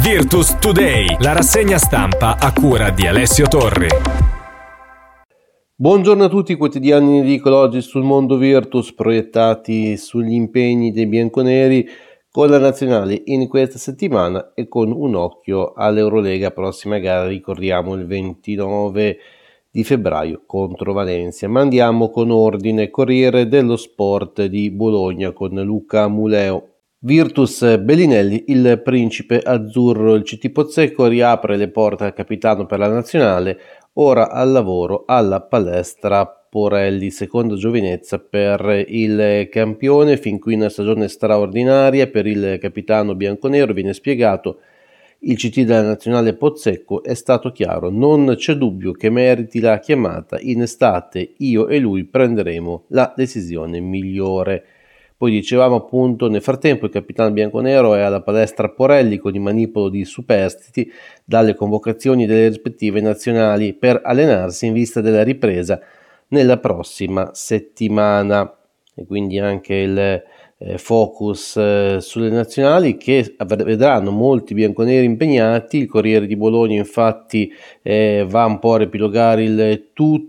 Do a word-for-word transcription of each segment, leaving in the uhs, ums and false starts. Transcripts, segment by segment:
Virtus Today, la rassegna stampa a cura di Alessio Torri. Buongiorno a tutti, quotidiani in edicola oggi sul mondo Virtus, proiettati sugli impegni dei bianconeri con la nazionale in questa settimana e con un occhio all'Eurolega, prossima gara, ricordiamo il ventinove di febbraio contro Valencia. Ma andiamo con ordine. Corriere dello Sport di Bologna con Luca Muleo. Virtus Bellinelli, il principe azzurro. Il C T Pozzecco riapre le porte al capitano per la nazionale, ora al lavoro alla palestra Porelli. Seconda giovinezza per il campione, fin qui una stagione straordinaria per il capitano bianconero. Viene spiegato: il C T della nazionale Pozzecco è stato chiaro, non c'è dubbio che meriti la chiamata, in estate io e lui prenderemo la decisione migliore. Poi dicevamo appunto, nel frattempo il capitano bianconero è alla palestra Porelli con il manipolo di superstiti dalle convocazioni delle rispettive nazionali per allenarsi in vista della ripresa nella prossima settimana. E quindi anche il eh, focus eh, sulle nazionali, che vedranno molti bianconeri impegnati. Il Corriere di Bologna infatti eh, va un po' a riepilogare il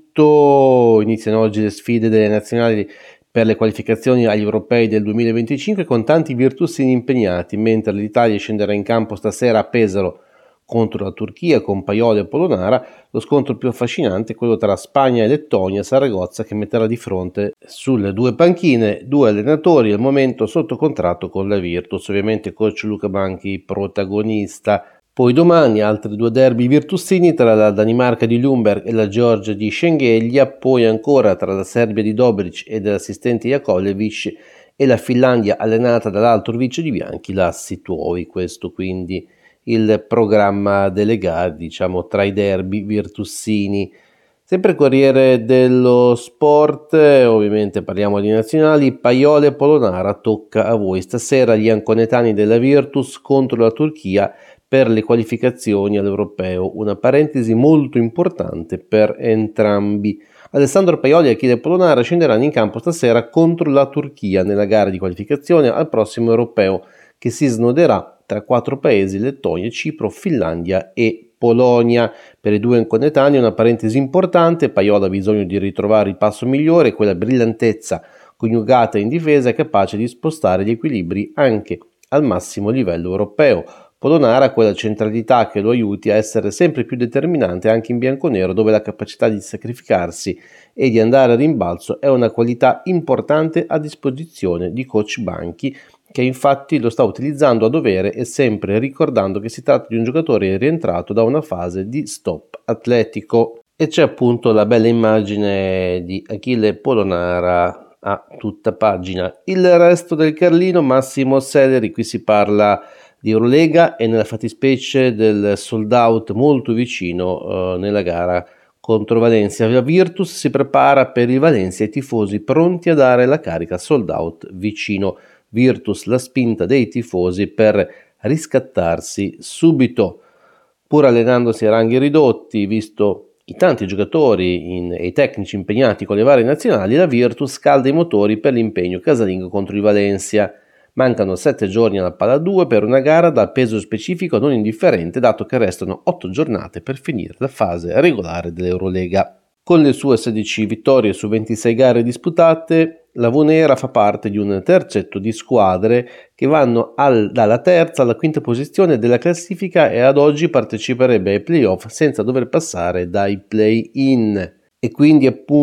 tutto. Iniziano oggi le sfide delle nazionali per le qualificazioni agli europei del duemilaventicinque, con tanti virtuosini impegnati, mentre l'Italia scenderà in campo stasera a Pesaro contro la Turchia con Paiolo e Polonara. Lo scontro più affascinante è quello tra Spagna e Lettonia, Saragozza che metterà di fronte sulle due panchine due allenatori al momento sotto contratto con la Virtus, ovviamente coach Luca Banchi protagonista. Poi domani altri due derby virtusini tra la Danimarca di Ljungberg e la Georgia di Schengelia, poi ancora tra la Serbia di Dobric e dell'assistente Jakovlevic e la Finlandia allenata dall'altro vice di Bianchi, la Situovi. Questo quindi il programma delle gare, diciamo, tra i derby virtussini. Sempre Corriere dello Sport, ovviamente parliamo di nazionali. Paiolo e Polonara, tocca a voi. Stasera gli anconetani della Virtus contro la Turchia per le qualificazioni all'Europeo, una parentesi molto importante per entrambi. Alessandro Paioli e Achille Polonara scenderanno in campo stasera contro la Turchia nella gara di qualificazione al prossimo Europeo, che si snoderà tra quattro paesi: Lettonia, Cipro, Finlandia e Polonia. Per i due anconetani una parentesi importante: Paiolo ha bisogno di ritrovare il passo migliore, quella brillantezza coniugata in difesa capace di spostare gli equilibri anche al massimo livello europeo. Polonara quella centralità che lo aiuti a essere sempre più determinante anche in bianconero, dove la capacità di sacrificarsi e di andare a rimbalzo è una qualità importante a disposizione di coach Banchi, che infatti lo sta utilizzando a dovere e sempre ricordando che si tratta di un giocatore rientrato da una fase di stop atletico. E c'è appunto la bella immagine di Achille Polonara a tutta pagina. Il resto del Carlino, Massimo Selleri, qui si parla di Eurolega e nella fattispecie del sold out molto vicino eh, nella gara contro Valencia. La Virtus si prepara per il Valencia, i tifosi pronti a dare la carica, sold out vicino. Virtus, la spinta dei tifosi per riscattarsi subito, pur allenandosi a ranghi ridotti, visto i tanti giocatori in, e i tecnici impegnati con le varie nazionali. La Virtus scalda i motori per l'impegno casalingo contro il Valencia. Mancano sette giorni alla palla due per una gara dal peso specifico non indifferente, dato che restano otto giornate per finire la fase regolare dell'Eurolega. Con le sue sedici vittorie su ventisei gare disputate, la Vonera fa parte di un terzetto di squadre che vanno al, dalla terza alla quinta posizione della classifica e ad oggi parteciperebbe ai playoff senza dover passare dai play-in. E quindi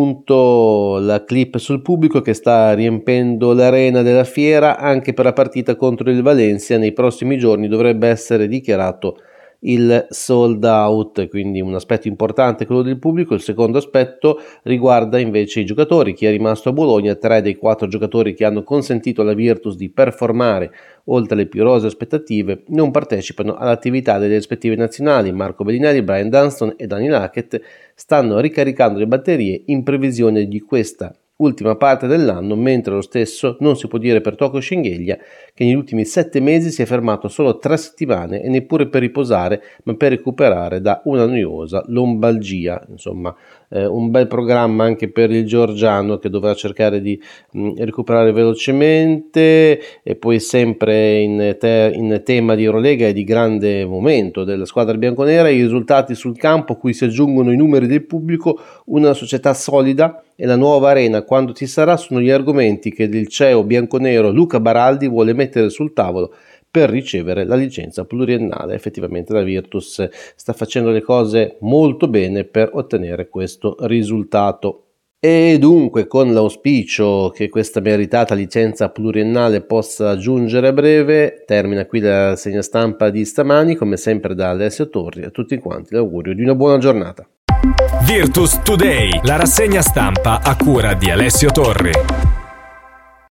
appunto la clip sul pubblico che sta riempendo l'arena della fiera anche per la partita contro il Valencia. Nei prossimi giorni dovrebbe essere dichiarato il sold out, quindi un aspetto importante quello del pubblico. Il secondo aspetto riguarda invece i giocatori. Chi è rimasto a Bologna, tre dei quattro giocatori che hanno consentito alla Virtus di performare oltre le più rose aspettative, non partecipano all'attività delle rispettive nazionali. Marco Bellinelli, Brian Dunston e Daniel Hackett stanno ricaricando le batterie in previsione di questa ultima parte dell'anno, mentre lo stesso non si può dire per Toko Schengelia, che negli ultimi sette mesi si è fermato solo tre settimane e neppure per riposare, ma per recuperare da una noiosa lombalgia. Insomma, eh, un bel programma anche per il georgiano, che dovrà cercare di mh, recuperare velocemente. E poi sempre in, te- in tema di Eurolega e di grande momento della squadra bianconera, i risultati sul campo a cui si aggiungono i numeri del pubblico, una società solida e la nuova arena quando ci sarà sono gli argomenti che il C E O bianconero Luca Baraldi vuole mettere sul tavolo per ricevere la licenza pluriennale. Effettivamente la Virtus sta facendo le cose molto bene per ottenere questo risultato. E dunque, con l'auspicio che questa meritata licenza pluriennale possa giungere a breve, termina qui la rassegna stampa di stamani. Come sempre da Alessio Torri, a tutti quanti l'augurio di una buona giornata. Virtus Today, la rassegna stampa a cura di Alessio Torri.